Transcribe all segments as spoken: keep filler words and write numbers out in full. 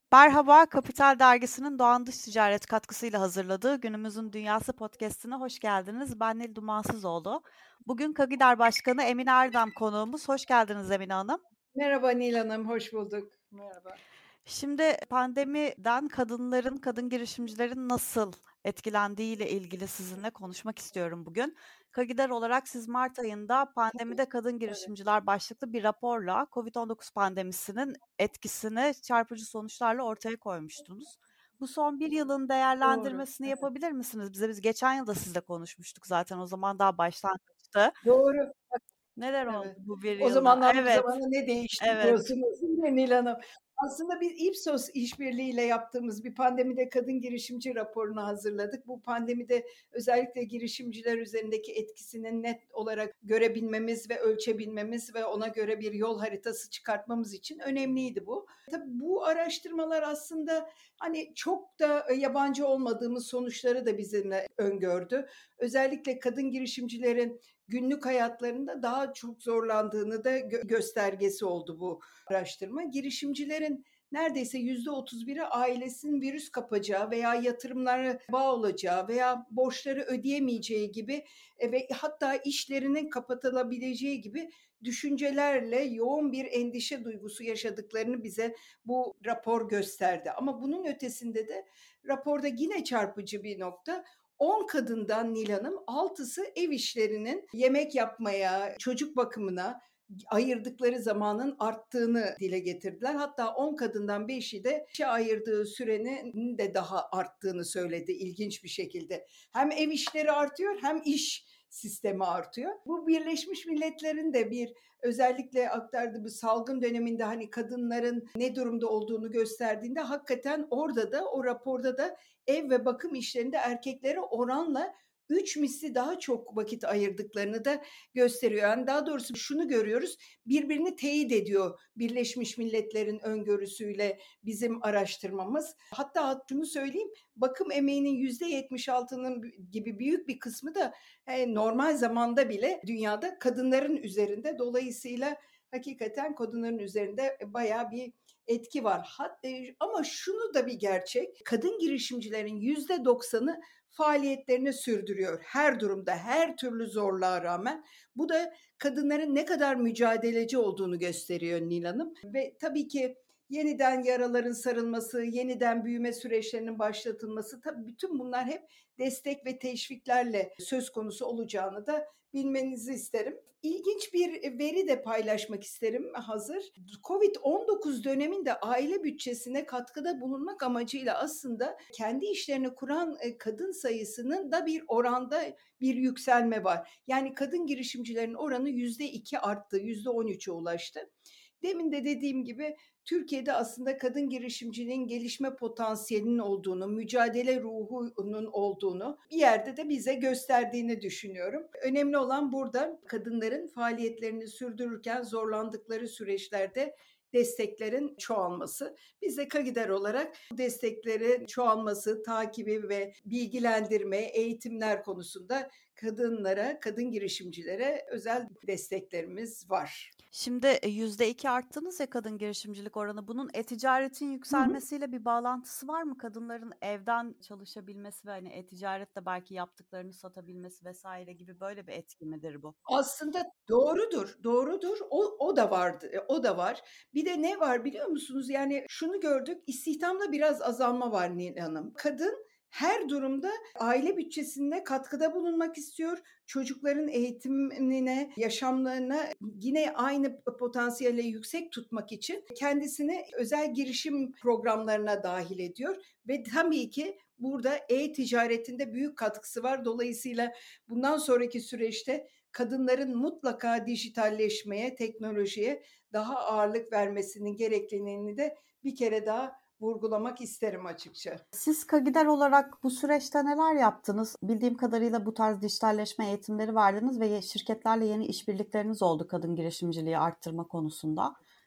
Merhaba, Kapital Dergisi'nin Doğan Dış Ticaret katkısıyla hazırladığı Günümüzün Dünyası podcast'ine hoş geldiniz. Ben Nil Dumansızoğlu. Bugün Kagider Başkanı Emine Erdem konuğumuz. Hoş geldiniz Emine Hanım. Merhaba Nil Hanım, hoş bulduk. Merhaba. Şimdi pandemiden kadınların, kadın girişimcilerin nasıl etkilendiğiyle ilgili sizinle konuşmak istiyorum bugün. Kagider olarak siz Mart ayında Tabii, pandemide kadın tabii. girişimciler başlıklı bir raporla covid on dokuz pandemisinin etkisini çarpıcı sonuçlarla ortaya koymuştunuz. Bu son bir yılın Doğru. değerlendirmesini Evet. yapabilir misiniz bize? Biz geçen yıl da sizle konuşmuştuk zaten, o zaman daha başlangıçtı. Doğru. Neler oldu Evet. bu bir O yılda? zamandan bu Evet, zamana ne değişti evet. diyorsunuz, değil mi Nil Hanım? Aslında biz Ipsos işbirliğiyle yaptığımız bir pandemide kadın girişimci raporunu hazırladık. Bu pandemide özellikle girişimciler üzerindeki etkisini net olarak görebilmemiz ve ölçebilmemiz ve ona göre bir yol haritası çıkartmamız için önemliydi bu. Tabii bu araştırmalar aslında hani çok da yabancı olmadığımız sonuçları da bizimle öngördü. Özellikle kadın girişimcilerin günlük hayatlarında daha çok zorlandığını da gö- göstergesi oldu bu araştırma. Girişimcilerin neredeyse yüzde otuz biri ailesinin virüs kapacağı veya yatırımlara bağ olacağı veya borçları ödeyemeyeceği gibi e, ve hatta işlerinin kapatılabileceği gibi düşüncelerle yoğun bir endişe duygusu yaşadıklarını bize bu rapor gösterdi. Ama bunun ötesinde de raporda yine çarpıcı bir nokta, on kadından Nil Hanım altısı ev işlerinin yemek yapmaya, çocuk bakımına ayırdıkları zamanın arttığını dile getirdiler. Hatta on kadından beşi de işe ayırdığı sürenin de daha arttığını söyledi ilginç bir şekilde. Hem ev işleri artıyor hem iş sistemi artıyor. Bu Birleşmiş Milletler'in de bir özellikle aktardığı bu salgın döneminde hani kadınların ne durumda olduğunu gösterdiğinde hakikaten orada da o raporda da ev ve bakım işlerinde erkeklere oranla üç misli daha çok vakit ayırdıklarını da gösteriyor. Yani daha doğrusu şunu görüyoruz, birbirini teyit ediyor Birleşmiş Milletler'in öngörüsüyle bizim araştırmamız. Hatta şunu söyleyeyim, bakım emeğinin yüzde yetmiş altının gibi büyük bir kısmı da e, normal zamanda bile dünyada kadınların üzerinde. Dolayısıyla hakikaten kadınların üzerinde bayağı bir etki var. Hat, e, ama şunu da bir gerçek, kadın girişimcilerin yüzde doksanı faaliyetlerini sürdürüyor. Her durumda, her türlü zorluğa rağmen. Bu da kadınların ne kadar mücadeleci olduğunu gösteriyor Nil Hanım. Ve tabii ki yeniden yaraların sarılması, yeniden büyüme süreçlerinin başlatılması, tabii bütün bunlar hep destek ve teşviklerle söz konusu olacağını da bilmenizi isterim. İlginç bir veri de paylaşmak isterim hazır. covid on dokuz döneminde aile bütçesine katkıda bulunmak amacıyla aslında kendi işlerini kuran e, kadın sayısının da bir oranda bir yükselme var. Yani kadın girişimcilerin oranı yüzde iki arttı, yüzde on üçe ulaştı. Demin de dediğim gibi Türkiye'de aslında kadın girişimciliğin gelişme potansiyelinin olduğunu, mücadele ruhunun olduğunu bir yerde de bize gösterdiğini düşünüyorum. Önemli olan burada kadınların faaliyetlerini sürdürürken zorlandıkları süreçlerde desteklerin çoğalması. Biz de Kagider olarak bu desteklerin çoğalması, takibi ve bilgilendirme, eğitimler konusunda kadınlara, kadın girişimcilere özel desteklerimiz var. Şimdi, eee, yüzde iki arttınız ya kadın girişimcilik oranı. Bunun e-ticaretin Hı hı. yükselmesiyle bir bağlantısı var mı? Kadınların evden çalışabilmesi ve, hani, e-ticaretle belki yaptıklarını satabilmesi vesaire gibi böyle bir etki midir bu? Aslında doğrudur, doğrudur. O o da vardı, e, o da var. Bir de ne var biliyor musunuz? Yani şunu gördük, istihdamda biraz azalma var Nil Hanım. Kadın her durumda aile bütçesine katkıda bulunmak istiyor. Çocukların eğitimine, yaşamlarına yine aynı potansiyele yüksek tutmak için kendisini özel girişim programlarına dahil ediyor ve tabii ki burada e-ticaretinde büyük katkısı var. Dolayısıyla bundan sonraki süreçte kadınların mutlaka dijitalleşmeye, teknolojiye daha ağırlık vermesinin gerekliliğini de bir kere daha vurgulamak isterim açıkça. Siz Kagider olarak bu süreçte neler yaptınız? Bildiğim kadarıyla bu tarz dijitalleşme eğitimleri verdiniz ve ye şirketlerle yeni işbirlikleriniz oldu kadın girişimciliği arttırma konusunda.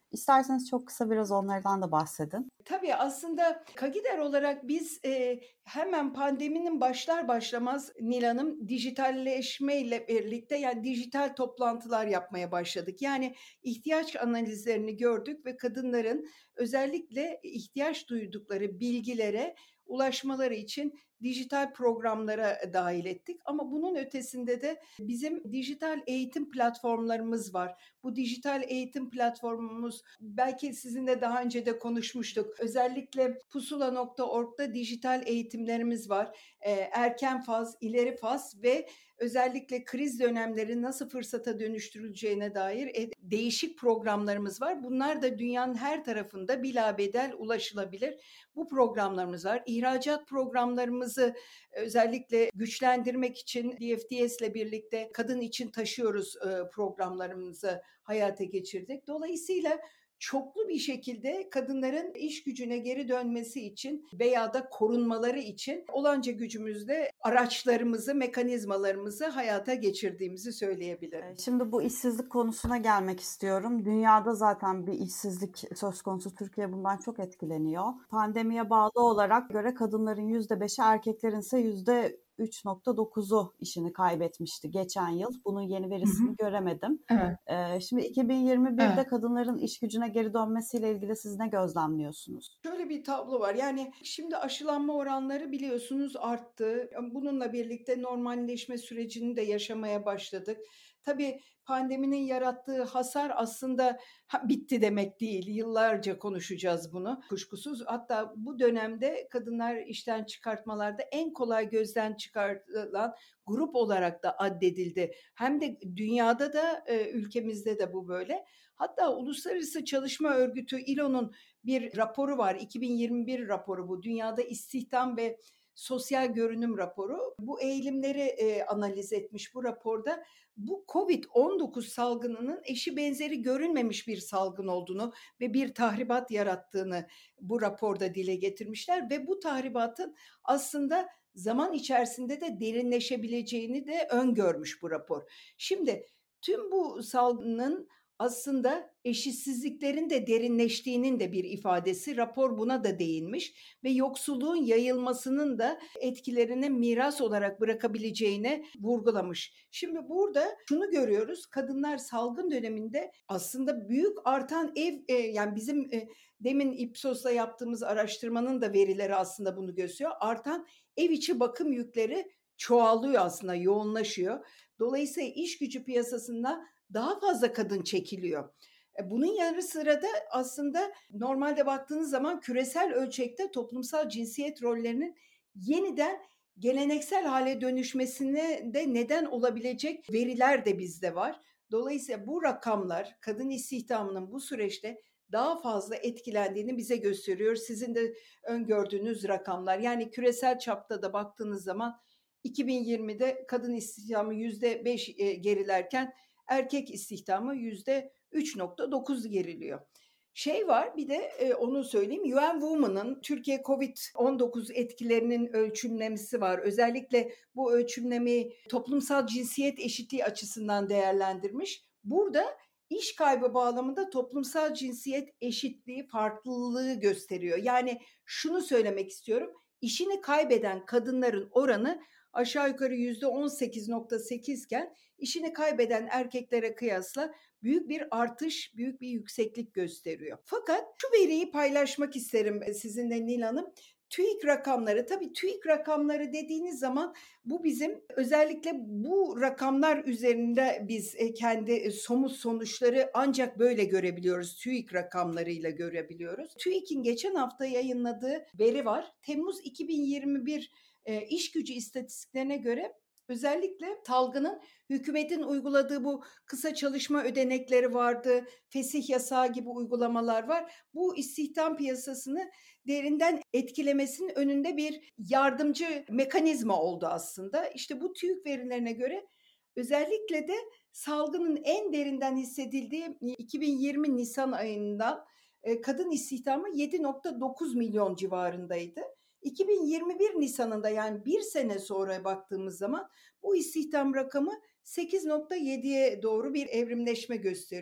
İsterseniz çok kısa biraz onlardan da bahsedin. Tabii, aslında KAGİDER olarak biz, eee, hemen pandeminin başlar başlamaz Nil Hanım, dijitalleşmeyle birlikte, yani, dijital toplantılar yapmaya başladık. Yani, ihtiyaç analizlerini gördük ve kadınların özellikle ihtiyaç duydukları bilgilere ulaşmaları için dijital programlara dâhil ettik. Ama bunun ötesinde de bizim dijital eğitim platformlarımız var. Bu dijital eğitim platformumuz, belki sizinle daha önce de konuşmuştuk. Özellikle pusula nokta org'da dijital eğitimlerimiz var. Eee, erken faz, ileri faz ve özellikle kriz dönemleri nasıl fırsata dönüştürüleceğine dair e değişik programlarımız var. Bunlar da dünyanın her tarafında bilabedel ulaşılabilir. Bu programlarımız var. İhracat programlarımızı özellikle güçlendirmek için D F D S'le birlikte Kadın İçin Taşıyoruz eee, programlarımızı hayata geçirdik. Dolayısıyla çoklu bir şekilde kadınların iş gücüne geri dönmesi için veya da korunmaları için olanca gücümüzle araçlarımızı, mekanizmalarımızı hayata geçirdiğimizi söyleyebilirim. Şimdi bu işsizlik konusuna gelmek istiyorum. Dünyada zaten bir işsizlik söz konusu. Türkiye bundan çok etkileniyor. Pandemiye bağlı olarak göre kadınların yüzde beşi, erkeklerin ise yüzde üç nokta dokuzu işini kaybetmişti geçen yıl. Bunun yeni Hı hı. verisini göremedim. Evet. Ee, şimdi iki bin yirmi birde Evet. kadınların iş gücüne geri dönmesiyle ilgili siz ne gözlemliyorsunuz? Şöyle bir tablo var. Yani şimdi aşılanma oranları biliyorsunuz arttı. Bununla birlikte normalleşme sürecini de yaşamaya başladık. Tabii pandeminin yarattığı hasar aslında ha, bitti demek değil. Yıllarca konuşacağız bunu kuşkusuz. Hatta bu dönemde kadınlar işten çıkartmalarda en kolay gözden çıkartılan grup olarak da addedildi. Hem de dünyada da e, ülkemizde de bu böyle. Hatta Uluslararası Çalışma Örgütü I L O'nun bir raporu var. iki bin yirmi bir raporu bu. Dünyada istihdam ve sosyal görünüm raporu. Bu eğilimleri e, analiz etmiş bu raporda. Bu kovid on dokuz salgınının eşi benzeri görülmemiş bir salgın olduğunu ve bir tahribat yarattığını bu raporda dile getirmişler ve bu tahribatın aslında zaman içerisinde de derinleşebileceğini de öngörmüş bu rapor. Şimdi tüm bu salgının aslında eşitsizliklerin de derinleştiğinin de bir ifadesi. Rapor buna da değinmiş ve yoksulluğun yayılmasının da etkilerini miras olarak bırakabileceğine vurgulamış. Şimdi burada şunu görüyoruz. Kadınlar salgın döneminde aslında büyük artan ev e, yani bizim e, demin Ipsos'la yaptığımız araştırmanın da verileri aslında bunu gösteriyor. Artan ev içi bakım yükleri çoğalıyor aslında, yoğunlaşıyor. Dolayısıyla iş gücü piyasasında daha fazla kadın çekiliyor. E, bunun yanı sıra da aslında normalde baktığınız zaman küresel ölçekte toplumsal cinsiyet rollerinin yeniden geleneksel hale dönüşmesine de neden olabilecek veriler de bizde var. Dolayısıyla bu rakamlar kadın istihdamının bu süreçte daha fazla etkilendiğini bize gösteriyor. Sizin de öngördüğünüz rakamlar. Yani küresel çapta da baktığınız zaman iki bin yirmide kadın istihdamı yüzde beş e, gerilerken erkek istihdamı yüzde üç nokta dokuz geriliyor. Şey var bir de e, onu söyleyeyim. U N Women'ın Türkiye kovid on dokuz etkilerinin ölçümlemesi var. Özellikle bu ölçümlemeyi toplumsal cinsiyet eşitliği açısından değerlendirmiş. Burada iş kaybı bağlamında toplumsal cinsiyet eşitliği farklılığı gösteriyor. Yani şunu söylemek istiyorum. İşini kaybeden kadınların oranı aşağı yukarı yüzde on sekiz nokta sekiz iken işini kaybeden erkeklere kıyasla büyük bir artış, büyük bir yükseklik gösteriyor. Fakat şu veriyi paylaşmak isterim sizinle Nil Hanım. TÜİK rakamları, tabii TÜİK rakamları dediğiniz zaman bu bizim özellikle bu rakamlar üzerinde biz kendi somut sonuçları ancak böyle görebiliyoruz. TÜİK rakamlarıyla görebiliyoruz. TÜİK'in geçen hafta yayınladığı veri var. Temmuz iki bin yirmi bir e, iş gücü istatistiklerine göre özellikle salgının hükümetin uyguladığı bu kısa çalışma ödenekleri vardı, fesih yasağı gibi uygulamalar var. Bu istihdam piyasasını derinden etkilemesinin önünde bir yardımcı mekanizma oldu aslında. İşte bu TÜİK verilerine göre özellikle de salgının en derinden hissedildiği iki bin yirmi Nisan ayından kadın istihdamı yedi nokta dokuz milyon civarındaydı. iki bin yirmi bir Nisan'ında yani bir sene sonra baktığımız zaman bu istihdam rakamı sekiz nokta yediye doğru bir evrimleşme gösteriyor.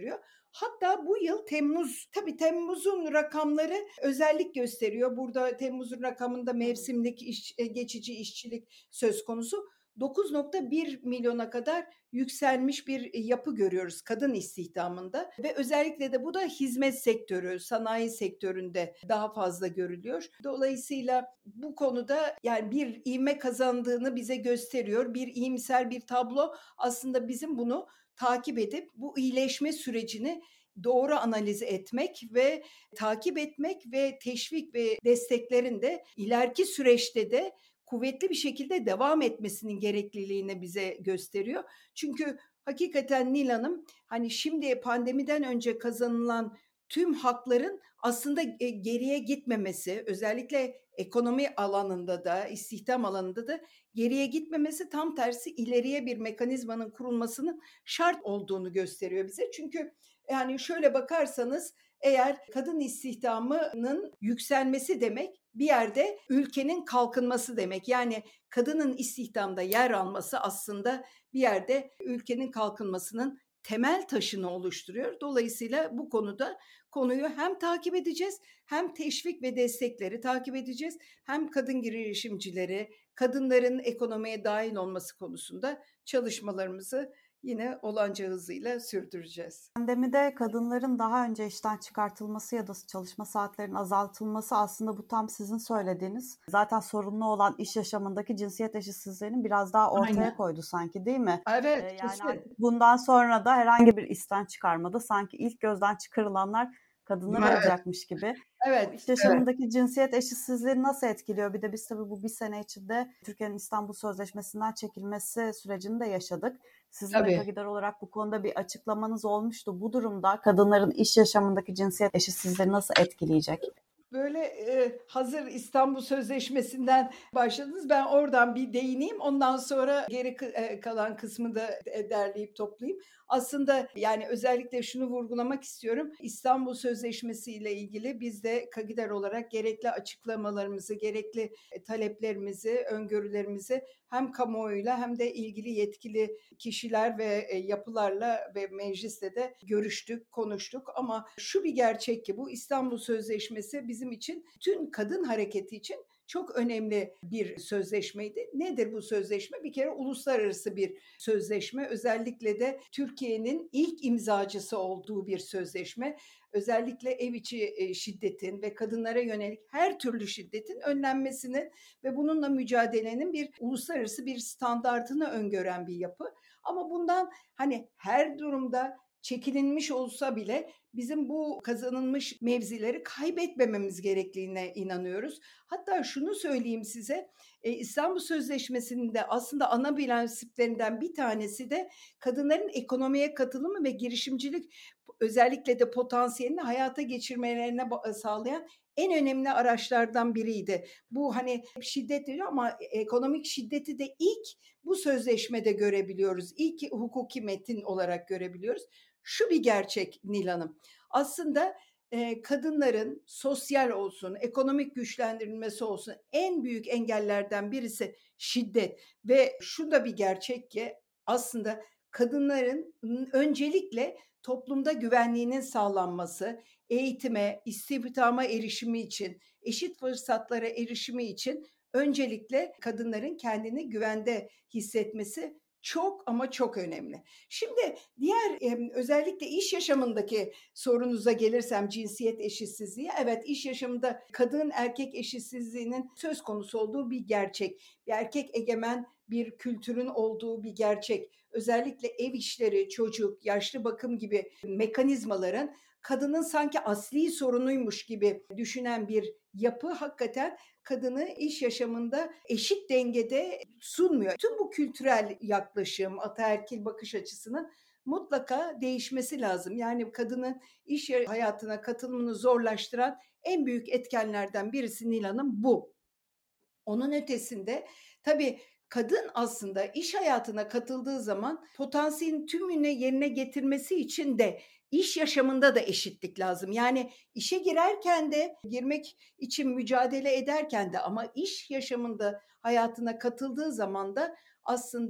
Hatta bu yıl Temmuz, tabii Temmuz'un rakamları özellik gösteriyor. Burada Temmuz'un rakamında Hı hı. mevsimlik iş, e, geçici işçilik söz konusu. dokuz nokta bir milyona kadar yükselmiş bir yapı görüyoruz kadın istihdamında ve özellikle de bu da hizmet sektörü, sanayi sektöründe daha fazla görülüyor. Dolayısıyla bu konuda yani bir ivme kazandığını bize gösteriyor. Bir iyimser bir tablo. Aslında bizim bunu takip edip bu iyileşme sürecini doğru analiz etmek ve takip etmek ve teşvik ve desteklerin de ileriki süreçte de kuvvetli bir şekilde devam etmesinin gerekliliğini bize gösteriyor. Çünkü hakikaten Nil Hanım, hani şimdi pandemiden önce kazanılan tüm hakların aslında e, geriye gitmemesi, özellikle ekonomi alanında da, istihdam alanında da geriye gitmemesi, tam tersi ileriye bir mekanizmanın kurulmasının şart olduğunu gösteriyor bize. Çünkü yani şöyle bakarsanız, eğer kadın istihdamının yükselmesi demek bir yerde ülkenin kalkınması demek. Yani kadının istihdamda yer alması aslında bir yerde ülkenin kalkınmasının temel taşını oluşturuyor. Dolayısıyla bu konuda konuyu hem takip edeceğiz, hem teşvik ve destekleri takip edeceğiz, hem kadın girişimcileri, kadınların ekonomiye dahil olması konusunda çalışmalarımızı yine olanca hızıyla sürdüreceğiz. Pandemide kadınların daha önce işten çıkartılması ya da çalışma saatlerinin azaltılması aslında bu tam sizin söylediğiniz zaten sorunlu olan iş yaşamındaki cinsiyet eşitsizliğini biraz daha ortaya Aynen. koydu sanki, değil mi? Ee, Evet, yani kesin. artık bundan sonra da herhangi bir işten çıkarmada sanki ilk gözden çıkarılanlar kadınlar Evet, olacakmış gibi. Bu evet, iş evet. yaşamındaki cinsiyet eşitsizliğini nasıl etkiliyor? Bir de biz tabii bu bir sene içinde Türkiye'nin İstanbul Sözleşmesi'nden çekilmesi sürecini de yaşadık. Sizin de Tabii. KAGİDER olarak bu konuda bir açıklamanız olmuştu. Bu durumda kadınların iş yaşamındaki cinsiyet eşitsizliğini nasıl etkileyecek? Böyle e, hazır İstanbul Sözleşmesi'nden başladınız. Ben oradan bir değineyim. Ondan sonra geri e, kalan kısmı da e, derleyip toplayayım. Aslında yani özellikle şunu vurgulamak istiyorum. İstanbul Sözleşmesi ile ilgili biz de KAGİDER olarak gerekli açıklamalarımızı, gerekli e, taleplerimizi, öngörülerimizi hem kamuoyuyla hem de ilgili yetkili kişiler ve e, yapılarla ve mecliste de görüştük, konuştuk. Ama şu bir gerçek ki bu İstanbul Sözleşmesi bizim için, tüm kadın hareketi için çok önemli bir sözleşmeydi. Nedir bu sözleşme? Bir kere uluslararası bir sözleşme. Özellikle de Türkiye'nin ilk imzacısı olduğu bir sözleşme. Özellikle ev içi e, şiddetin ve kadınlara yönelik her türlü şiddetin önlenmesini ve bununla mücadelenin bir uluslararası bir standardını öngören bir yapı. Ama bundan hani her durumda çekilinmiş olsa bile bizim bu kazanılmış mevzileri kaybetmememiz gerektiğine inanıyoruz. Hatta şunu söyleyeyim size, e, İstanbul Sözleşmesi'nin de aslında ana prensiplerinden bir tanesi de kadınların ekonomiye katılımı ve girişimcilik, özellikle de potansiyelini hayata geçirmelerine sağlayan en önemli araçlardan biriydi. Bu hani şiddet diyor ama ekonomik şiddeti de ilk bu sözleşmede görebiliyoruz. İlk hukuki metin olarak görebiliyoruz. Şu bir gerçek Nil Hanım. Aslında e, kadınların sosyal olsun, ekonomik güçlendirilmesi olsun en büyük engellerden birisi şiddet. Ve şu da bir gerçek ki aslında kadınların öncelikle toplumda güvenliğinin sağlanması, eğitime, istihdama erişimi için, eşit fırsatlara erişimi için öncelikle kadınların kendini güvende hissetmesi çok ama çok önemli. Şimdi diğer e, özellikle iş yaşamındaki sorunuza gelirsem, cinsiyet eşitsizliği. Evet, iş yaşamında kadın erkek eşitsizliğinin söz konusu olduğu bir gerçek. Bir erkek egemen bir kültürün olduğu bir gerçek. Özellikle ev işleri, çocuk, yaşlı bakım gibi mekanizmaların kadının sanki asli sorunuymuş gibi düşünen bir yapı hakikaten kadını iş yaşamında eşit dengede sunmuyor. Tüm bu kültürel yaklaşım, ataerkil bakış açısının mutlaka değişmesi lazım. Yani kadının iş hayatına katılımını zorlaştıran en büyük etkenlerden birisi Nil Hanım bu. Onun ötesinde tabii kadın aslında iş hayatına katıldığı zaman potansiyelin tümünü yerine getirmesi için de iş yaşamında da eşitlik lazım. Yani işe girerken de, girmek için mücadele ederken de, ama iş yaşamında hayatına katıldığı zaman da aslında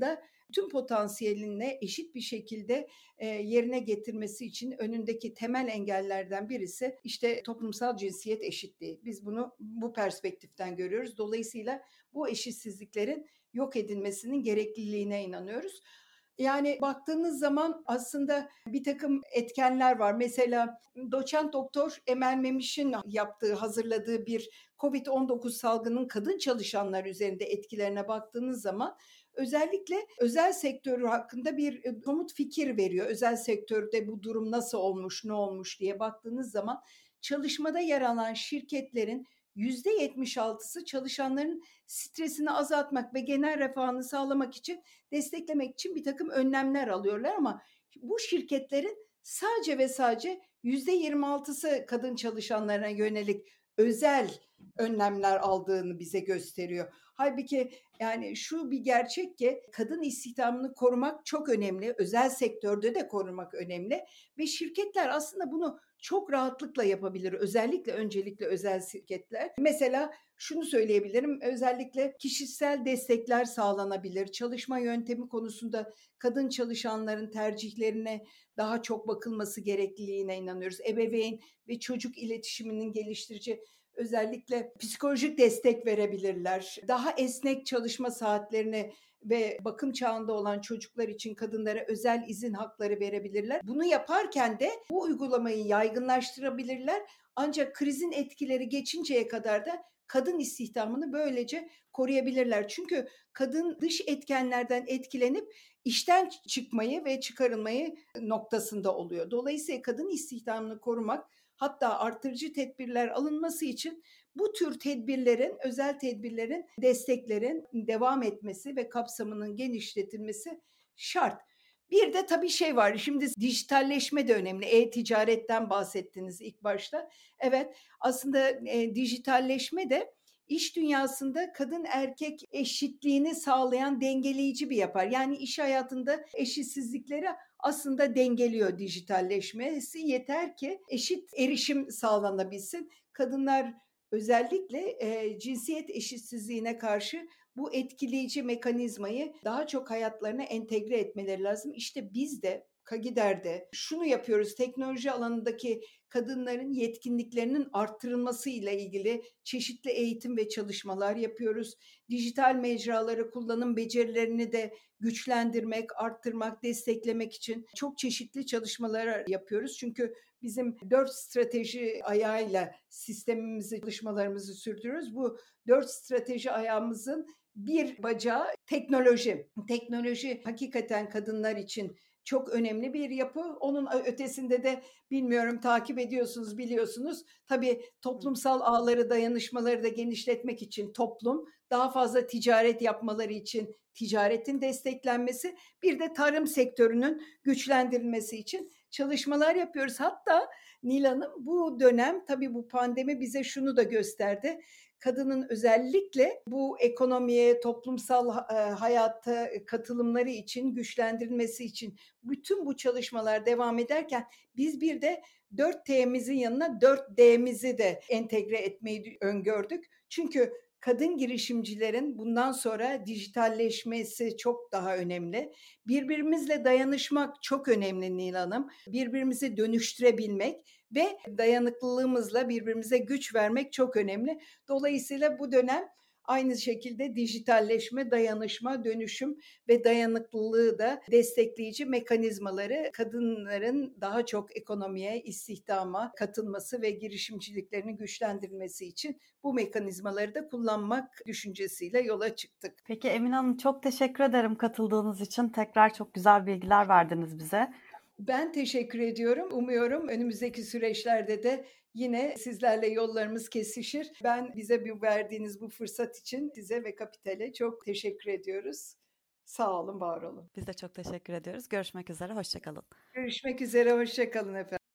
tüm potansiyelinle eşit bir şekilde e, yerine getirmesi için önündeki temel engellerden birisi işte toplumsal cinsiyet eşitliği. Biz bunu bu perspektiften görüyoruz. Dolayısıyla bu eşitsizliklerin yok edilmesinin gerekliliğine inanıyoruz. Yani baktığınız zaman aslında bir takım etkenler var. Mesela doçent doktor Emel Memiş'in yaptığı, hazırladığı bir kovid on dokuz salgının kadın çalışanlar üzerinde etkilerine baktığınız zaman özellikle özel sektör hakkında bir e, somut fikir veriyor. Özel sektörde bu durum nasıl olmuş, ne olmuş diye baktığınız zaman çalışmada yer alan şirketlerin yüzde yetmiş altısı çalışanların stresini azaltmak ve genel refahını sağlamak için, desteklemek için bir takım önlemler alıyorlar ama bu şirketlerin sadece ve sadece yüzde yirmi altısı kadın çalışanlarına yönelik özel önlemler aldığını bize gösteriyor. Halbuki yani şu bir gerçek ki kadın istihdamını korumak çok önemli. Özel sektörde de korumak önemli ve şirketler aslında bunu çok rahatlıkla yapabilir. Özellikle öncelikle özel şirketler. Mesela şunu söyleyebilirim. Özellikle kişisel destekler sağlanabilir. Çalışma yöntemi konusunda kadın çalışanların tercihlerine daha çok bakılması gerekliliğine inanıyoruz. Ebeveyn ve çocuk iletişiminin geliştirici özellikle psikolojik destek verebilirler. Daha esnek çalışma saatlerini ve bakım çağında olan çocuklar için kadınlara özel izin hakları verebilirler. Bunu yaparken de bu uygulamayı yaygınlaştırabilirler. Ancak krizin etkileri geçinceye kadar da kadın istihdamını böylece koruyabilirler. Çünkü kadın dış etkenlerden etkilenip işten çıkmayı ve çıkarılmayı noktasında oluyor. Dolayısıyla kadın istihdamını korumak, hatta artırıcı tedbirler alınması için bu tür tedbirlerin, özel tedbirlerin, desteklerin devam etmesi ve kapsamının genişletilmesi şart. Bir de tabii şey var, şimdi dijitalleşme de önemli. E-ticaretten bahsettiniz ilk başta. Evet, aslında e, dijitalleşme de iş dünyasında kadın erkek eşitliğini sağlayan dengeleyici bir yapar. Yani iş hayatında eşitsizlikleri aslında dengeliyor dijitalleşmesi. Yeter ki eşit erişim sağlanabilsin. Kadınlar özellikle e, cinsiyet eşitsizliğine karşı bu etkileyici mekanizmayı daha çok hayatlarına entegre etmeleri lazım. İşte biz de KAGİDER'de şunu yapıyoruz. Teknoloji alanındaki kadınların yetkinliklerinin arttırılması ile ilgili çeşitli eğitim ve çalışmalar yapıyoruz. Dijital mecraları kullanım becerilerini de güçlendirmek, arttırmak, desteklemek için çok çeşitli çalışmalar yapıyoruz. Çünkü bizim dört strateji ayağıyla sistemimizi, çalışmalarımızı sürdürüyoruz. Bu dört strateji ayağımızın bir bacağı teknoloji. Teknoloji hakikaten kadınlar için çok önemli bir yapı. Onun ötesinde de bilmiyorum takip ediyorsunuz, biliyorsunuz. Tabii toplumsal ağları, dayanışmaları da genişletmek için toplum, daha fazla ticaret yapmaları için ticaretin desteklenmesi, bir de tarım sektörünün güçlendirilmesi için çalışmalar yapıyoruz. Hatta Nil Hanım, bu dönem tabii bu pandemi bize şunu da gösterdi. Kadının özellikle bu ekonomiye, toplumsal hayata katılımları için, güçlendirilmesi için bütün bu çalışmalar devam ederken biz bir de dört T'mizin yanına dört D'mizi de entegre etmeyi öngördük. Çünkü kadın girişimcilerin bundan sonra dijitalleşmesi çok daha önemli. Birbirimizle dayanışmak çok önemli Nil Hanım. Birbirimizi dönüştürebilmek ve dayanıklılığımızla birbirimize güç vermek çok önemli. Dolayısıyla bu dönem aynı şekilde dijitalleşme, dayanışma, dönüşüm ve dayanıklılığı da destekleyici mekanizmaları, kadınların daha çok ekonomiye, istihdama katılması ve girişimciliklerini güçlendirmesi için bu mekanizmaları da kullanmak düşüncesiyle yola çıktık. Peki Emine Hanım, çok teşekkür ederim katıldığınız için. Tekrar çok güzel bilgiler verdiniz bize. Ben teşekkür ediyorum. Umuyorum önümüzdeki süreçlerde de yine sizlerle yollarımız kesişir. Ben bize bu verdiğiniz bu fırsat için size ve Kapital'e çok teşekkür ediyoruz. Sağ olun, var olun. Biz de çok teşekkür ediyoruz. Görüşmek üzere, hoşça kalın. Görüşmek üzere, hoşça kalın efendim.